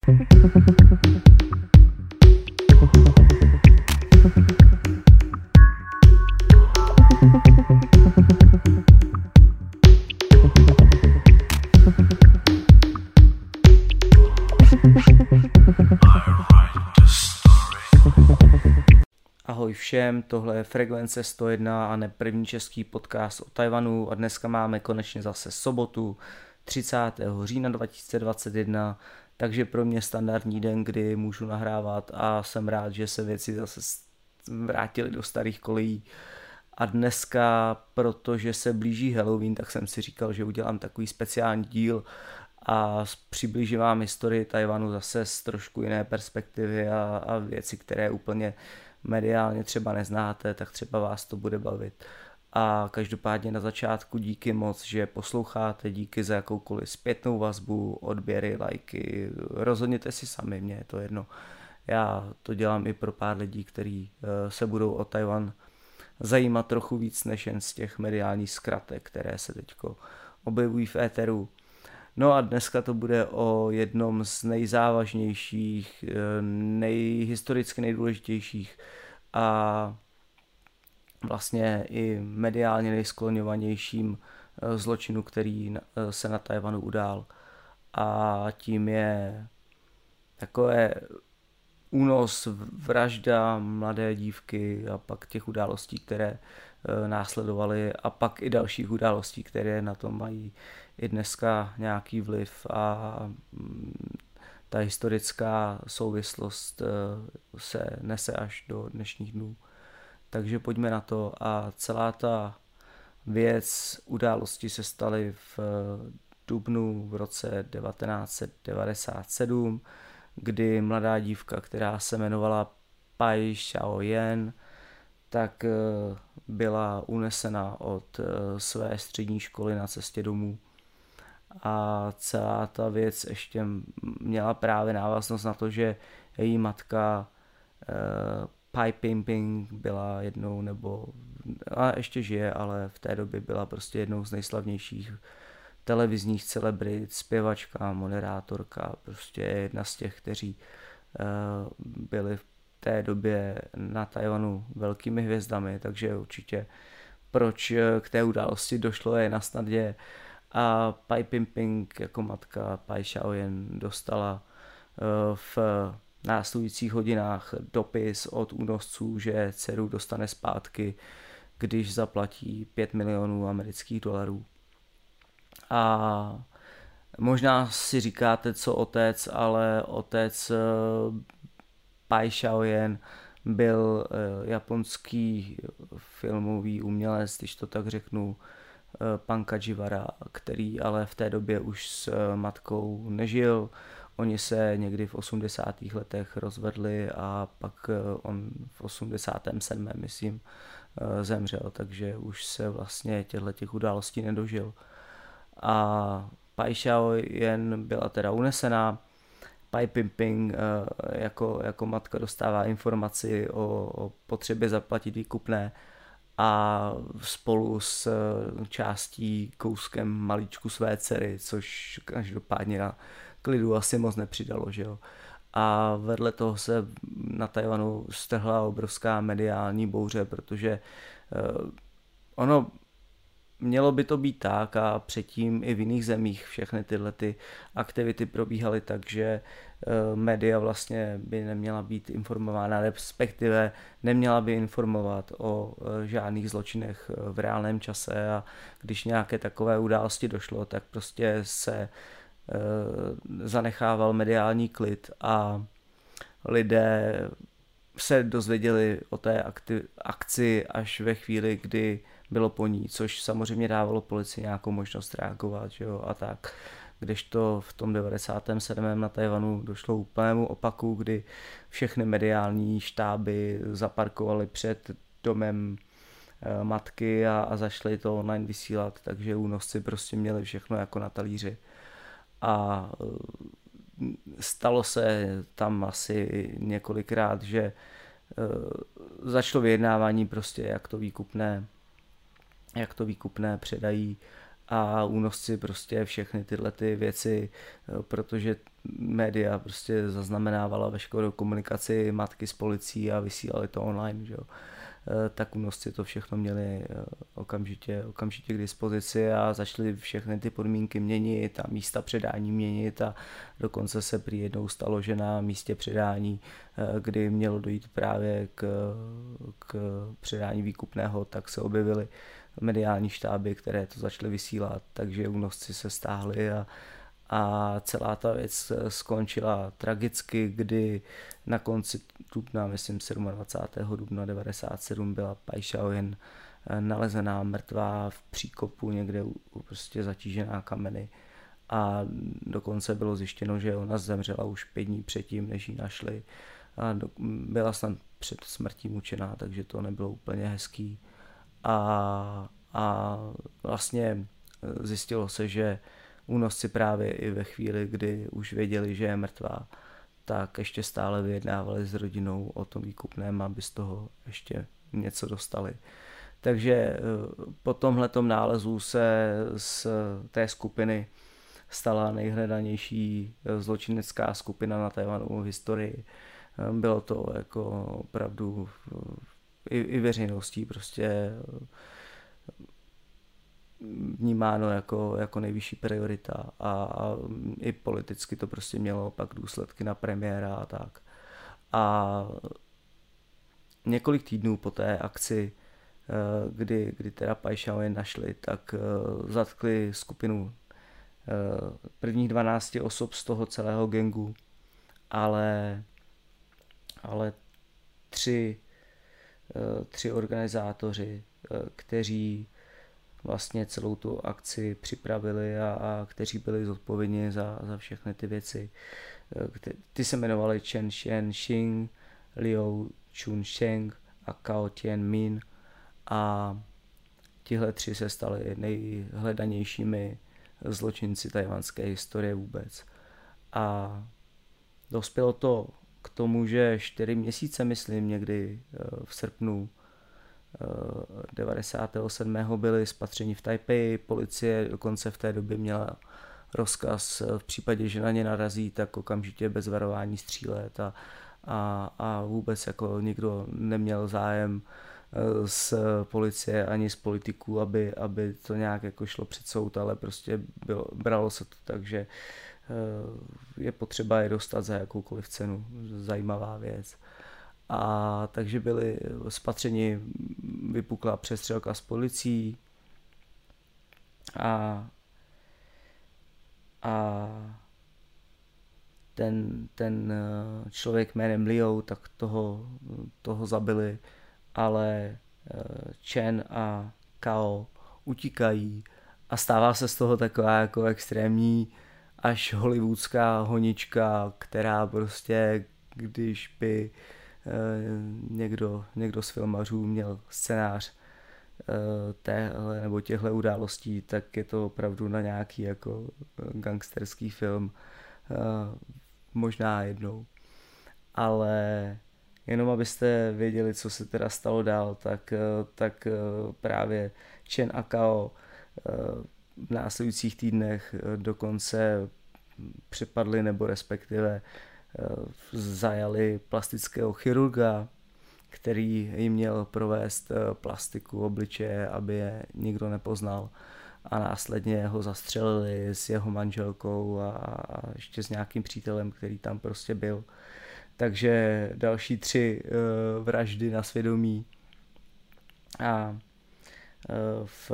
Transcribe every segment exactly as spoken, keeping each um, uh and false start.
Ahoj všem, tohle je Frekvence sto jedna a ne první český podcast o Tchaj-wanu a dneska máme konečně zase sobotu třicátého října dva tisíce dvacet jedna, takže pro mě standardní den, kdy můžu nahrávat a jsem rád, že se věci zase vrátily do starých kolejí. A dneska, protože se blíží Halloween, tak jsem si říkal, že udělám takový speciální díl a přiblížím vám historii Tchaj-wanu zase z trošku jiné perspektivy a, a věci, které úplně mediálně třeba neznáte, tak třeba vás to bude bavit. A každopádně na začátku díky moc, že posloucháte, díky za jakoukoliv zpětnou vazbu, odběry, lajky, rozhodněte si sami, mně je to jedno. Já to dělám i pro pár lidí, kteří se budou o Tchaj-wan zajímat trochu víc než jen z těch mediálních zkratek, které se teďko objevují v éteru. No a dneska to bude o jednom z nejzávažnějších, nejhistoricky nejdůležitějších a vlastně i mediálně nejskloňovanějším zločinu, který se na Tchaj-wanu udál. A tím je takové únos, vražda mladé dívky a pak těch událostí, které následovaly a pak i dalších událostí, které na to mají i dneska nějaký vliv a ta historická souvislost se nese až do dnešních dnů. Takže pojďme na to a celá ta věc, události se staly v dubnu v roce devatenáct set devadesát sedm, kdy mladá dívka, která se jmenovala Pai Xiaoyan, tak byla unesena od své střední školy na cestě domů. A celá ta věc ještě měla právě návaznost na to, že její matka Pai Pingping byla jednou, nebo a ještě žije, ale v té době byla prostě jednou z nejslavnějších televizních celebrit, zpěvačka, moderátorka, prostě jedna z těch, kteří byli v té době na Tchaj-wanu velkými hvězdami, takže určitě proč k té události došlo je na snadě. A Pai Pingping jako matka Pai Xiaoyan dostala v následujících hodinách dopis od únosců, že dceru dostane zpátky, když zaplatí pět milionů amerických dolarů. A možná si říkáte, co otec, ale otec Pai Xiaoyan byl japonský filmový umělec, když to tak řeknu, pan Kajiwara, který ale v té době už s matkou nežil. Oni se někdy v osmdesátých letech rozvedli a pak on v osmdesátém sedmém myslím zemřel, takže už se vlastně těchto událostí nedožil. A Pai Xiaoyan byla teda unesená. Pai Pingping jako, jako matka dostává informaci o, o potřebě zaplatit výkupné a spolu s částí kouskem malíčku své dcery, což každopádně na klidu asi moc nepřidalo, že jo. A vedle toho se na Tchaj-wanu strhla obrovská mediální bouře, protože ono mělo by to být tak a předtím i v jiných zemích všechny tyhle ty aktivity probíhaly tak, že média vlastně by neměla být informována, respektive neměla by informovat o žádných zločinech v reálném čase a když nějaké takové události došlo, tak prostě se zanechával mediální klid a lidé se dozvěděli o té akti- akci až ve chvíli, kdy bylo po ní, což samozřejmě dávalo policii nějakou možnost reagovat, že jo, a tak. Kdežto v tom devadesátém sedmém na Tchaj-wanu došlo úplnému opaku, kdy všechny mediální štáby zaparkovaly před domem matky a, a zašli to online vysílat, takže únosci prostě měli všechno jako na talíři. A stalo se tam asi několikrát, že začalo vyjednávání prostě, jak to výkupné, jak to výkupné předají a únosci prostě všechny tyhle ty věci, protože média prostě zaznamenávala veškerou komunikaci matky s policií a vysílali to online, že jo. Tak únosci to všechno měli okamžitě, okamžitě k dispozici a začaly všechny ty podmínky měnit a místa předání měnit a dokonce se prý jednou stalo, že na místě předání, kdy mělo dojít právě k, k předání výkupného, tak se objevily mediální štáby, které to začaly vysílat, takže únosci se stáhli a a celá ta věc skončila tragicky, kdy na konci dubna, myslím dvacátého sedmého dubna devadesát sedm, byla Pai Xiaoyan nalezená mrtvá v příkopu někde prostě zatížená kameny a dokonce bylo zjištěno, že ona zemřela už pět dní předtím, než ji našli a do, byla snad před smrtí mučená, takže to nebylo úplně hezký a, a vlastně zjistilo se, že únosci právě i ve chvíli, kdy už věděli, že je mrtvá, tak ještě stále vyjednávali s rodinou o tom výkupném, aby z toho ještě něco dostali. Takže po tomhletom nálezu se z té skupiny stala nejhledanější zločinecká skupina na Tchaj-wanu v historii. Bylo to jako opravdu i, i veřejností prostě vnímáno jako, jako nejvyšší priorita a, a i politicky to prostě mělo pak důsledky na premiéra a tak. A několik týdnů po té akci, kdy, kdy teda Pai Xiaoyan našli, tak zatkli skupinu prvních dvanácti osob z toho celého gangu, ale, ale tři, tři organizátoři, kteří vlastně celou tu akci připravili a, a kteří byli zodpovědní za, za všechny ty věci. Ty se jmenovali Chen Xianxing, Liu Chunsheng a Cao Tianmin a tihle tři se stali nejhledanějšími zločinci tchajwanské historie vůbec. A dospělo to k tomu, že čtyři měsíce, myslím, někdy v srpnu devadesátého sedmého byli spatřeni v Taipei, policie dokonce v té době měla rozkaz v případě, že na ně narazí, tak okamžitě bez varování střílet a, a, a vůbec jako nikdo neměl zájem z policie ani z politiků, aby, aby to nějak jako šlo před soud, ale prostě bylo, bralo se to tak, že je potřeba je dostat za jakoukoliv cenu. Zajímavá věc. A takže byli spatřeni, vypukla přestřelka s policií a, a ten, ten člověk jménem Liu, tak toho, toho zabili, ale Chen a Cao utíkají a stává se z toho taková jako extrémní až hollywoodská honička, která prostě, když by někdo, někdo z filmařů měl scénář téhle nebo těchto událostí, tak je to opravdu na nějaký jako gangsterský film, možná jednou. Ale jenom abyste věděli, co se teda stalo dál, tak, tak právě Chen a Cao v následujících týdnech dokonce připadli nebo respektive zajali plastického chirurga, který jim měl provést plastiku obličeje, aby je nikdo nepoznal a následně ho zastřelili s jeho manželkou a ještě s nějakým přítelem, který tam prostě byl. Takže další tři vraždy na svědomí a v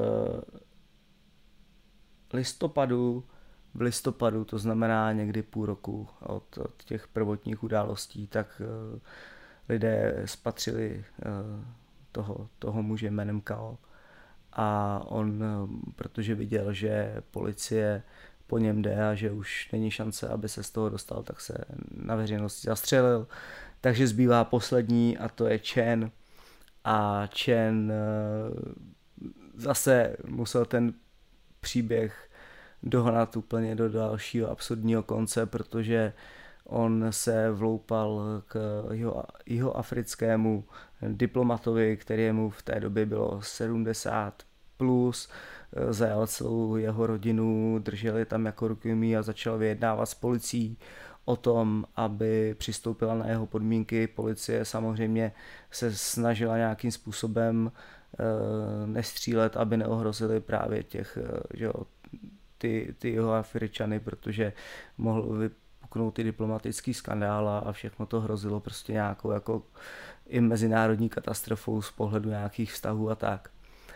listopadu V listopadu, to znamená někdy půl roku od, od těch prvotních událostí, tak uh, lidé spatřili uh, toho, toho muže jménem Cao a on, uh, protože viděl, že policie po něm jde a že už není šance, aby se z toho dostal, tak se na veřejnosti zastřelil. Takže zbývá poslední a to je Chen a Chen uh, zase musel ten příběh dohnat úplně do dalšího absurdního konce, protože on se vloupal k jeho, jeho africkému diplomatovi, kterému v té době bylo sedmdesát plus, zajal celou jeho rodinu, drželi tam jako rukojmí a začal vyjednávat s policií o tom, aby přistoupila na jeho podmínky. Policie samozřejmě se snažila nějakým způsobem nestřílet, aby neohrozili právě těch, že jo, ty, ty jeho Afričany, protože mohl vypuknout ty diplomatický skandál a všechno to hrozilo prostě nějakou jako i mezinárodní katastrofou z pohledu nějakých vztahů a tak.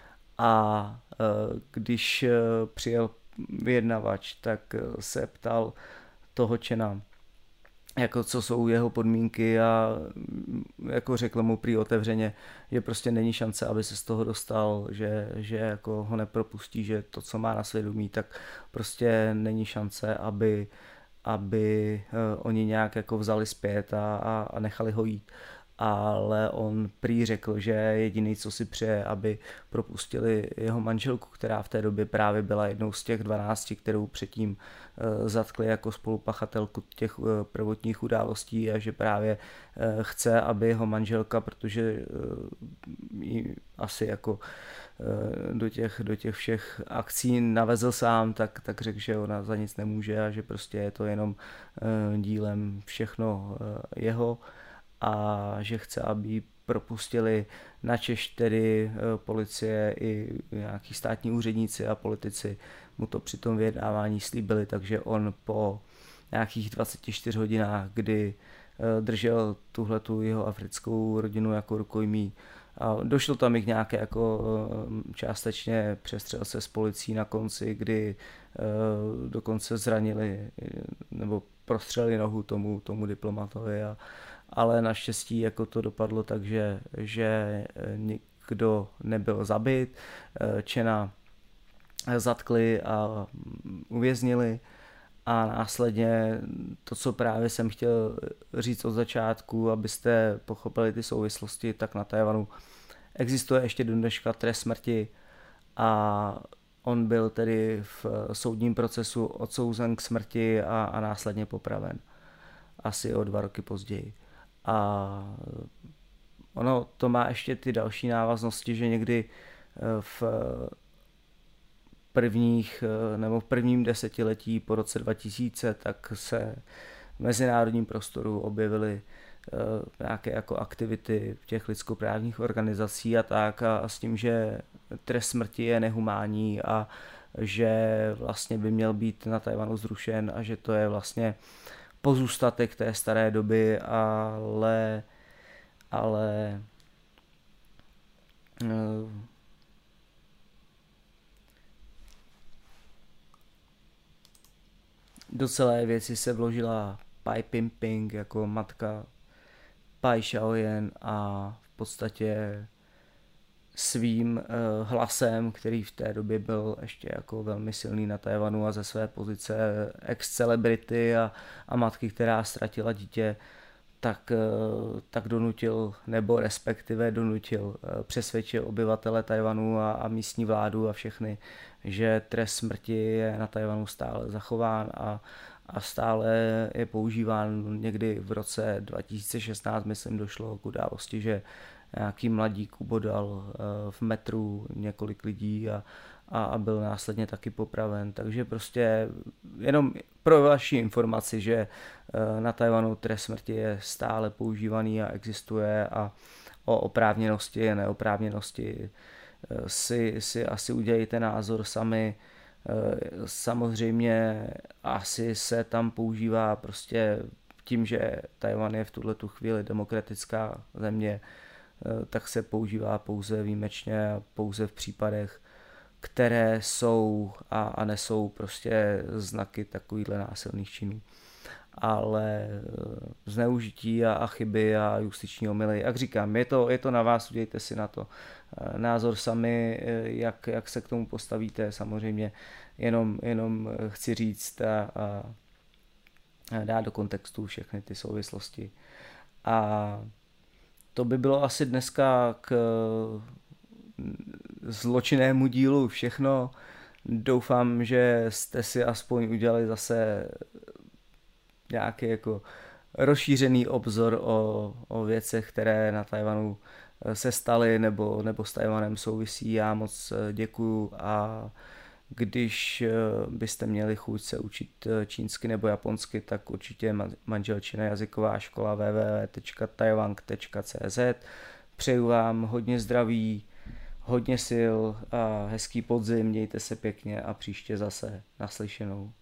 A když přijel vyjednavač, tak se ptal toho Chena, jako co jsou jeho podmínky a jako řekl mu prý otevřeně, že prostě není šance, aby se z toho dostal, že, že jako ho nepropustí, že to, co má na svědomí, tak prostě není šance, aby, aby oni nějak jako vzali zpět a, a, a nechali ho jít. Ale on prý řekl, že jediný, co si přeje, aby propustili jeho manželku, která v té době právě byla jednou z těch dvanácti, kterou předtím zatkli jako spolupachatelku těch prvotních událostí, a že právě chce, aby jeho manželka, protože ji asi jako do těch, do těch všech akcí navezl sám, tak, tak řekl, že ona za nic nemůže a že prostě je to jenom dílem všechno jeho, a že chce, aby ji propustili, načež tedy policie i nějaký státní úředníci a politici mu to při tom vyjednávání slíbili, takže on po nějakých dvaceti čtyřech hodinách, kdy držel tuhletu jeho africkou rodinu jako rukojmí, a došlo tam i k nějaké jako částečně přestřelce s policií na konci, kdy dokonce zranili nebo prostřelili nohu tomu, tomu diplomatovi, a ale naštěstí jako to dopadlo tak, že, že nikdo nebyl zabit, Chena zatkli a uvěznili, a následně to, co právě jsem chtěl říct od začátku, abyste pochopili ty souvislosti, tak na Tchaj-wanu existuje ještě do dneška trest smrti a on byl tedy v soudním procesu odsouzen k smrti a, a následně popraven. Asi o dva roky později. A ono to má ještě ty další návaznosti, že někdy v prvních nebo v prvním desetiletí po roce dva tisíce tak se v mezinárodním prostoru objevily nějaké jako aktivity těch lidskoprávních organizací a tak, a s tím, že trest smrti je nehumánní a že vlastně by měl být na Tchaj-wanu zrušen a že to je vlastně pozůstatek té staré doby, ale ale do celé věci se vložila Pai Pingping jako matka Pai Shaoyan a v podstatě svým hlasem, který v té době byl ještě jako velmi silný na Tchaj-wanu a ze své pozice ex-celebrity a, a matky, která ztratila dítě, tak, tak donutil, nebo respektive donutil, přesvědčil obyvatele Tchaj-wanu a, a místní vládu a všechny, že trest smrti je na Tchaj-wanu stále zachován a, a stále je používán. Někdy v roce dva tisíce šestnáct, myslím, došlo k události, že nějaký mladík ubodal v metru několik lidí a, a byl následně taky popraven. Takže prostě jenom pro vaši informaci, že na Tchaj-wanu trest smrti je stále používaný a existuje, a o oprávněnosti a neoprávněnosti si, si asi udělejte názor sami. Samozřejmě asi se tam používá prostě tím, že Tchaj-wan je v tuhletu chvíli demokratická země, tak se používá pouze výjimečně a pouze v případech, které jsou a, a nesou prostě znaky takovýchhle násilných činů. Ale zneužití a, a chyby a justiční omyly, jak říkám, je to, je to na vás, udějte si na to názor sami, jak, jak se k tomu postavíte. Samozřejmě jenom, jenom chci říct a, a dát do kontextu všechny ty souvislosti. A to by bylo asi dneska k zločinnému dílu všechno. Doufám, že jste si aspoň udělali zase nějaký jako rozšířený obzor o, o věcech, které na Tchaj-wanu se staly nebo, nebo s Tajvanem souvisí. Já moc děkuju a když byste měli chuť se učit čínsky nebo japonsky, tak určitě Manželčina jazyková škola w w w tečka taiwank tečka c z. Přeju vám hodně zdraví, hodně sil a hezký podzim, mějte se pěkně a příště zase naslyšenou.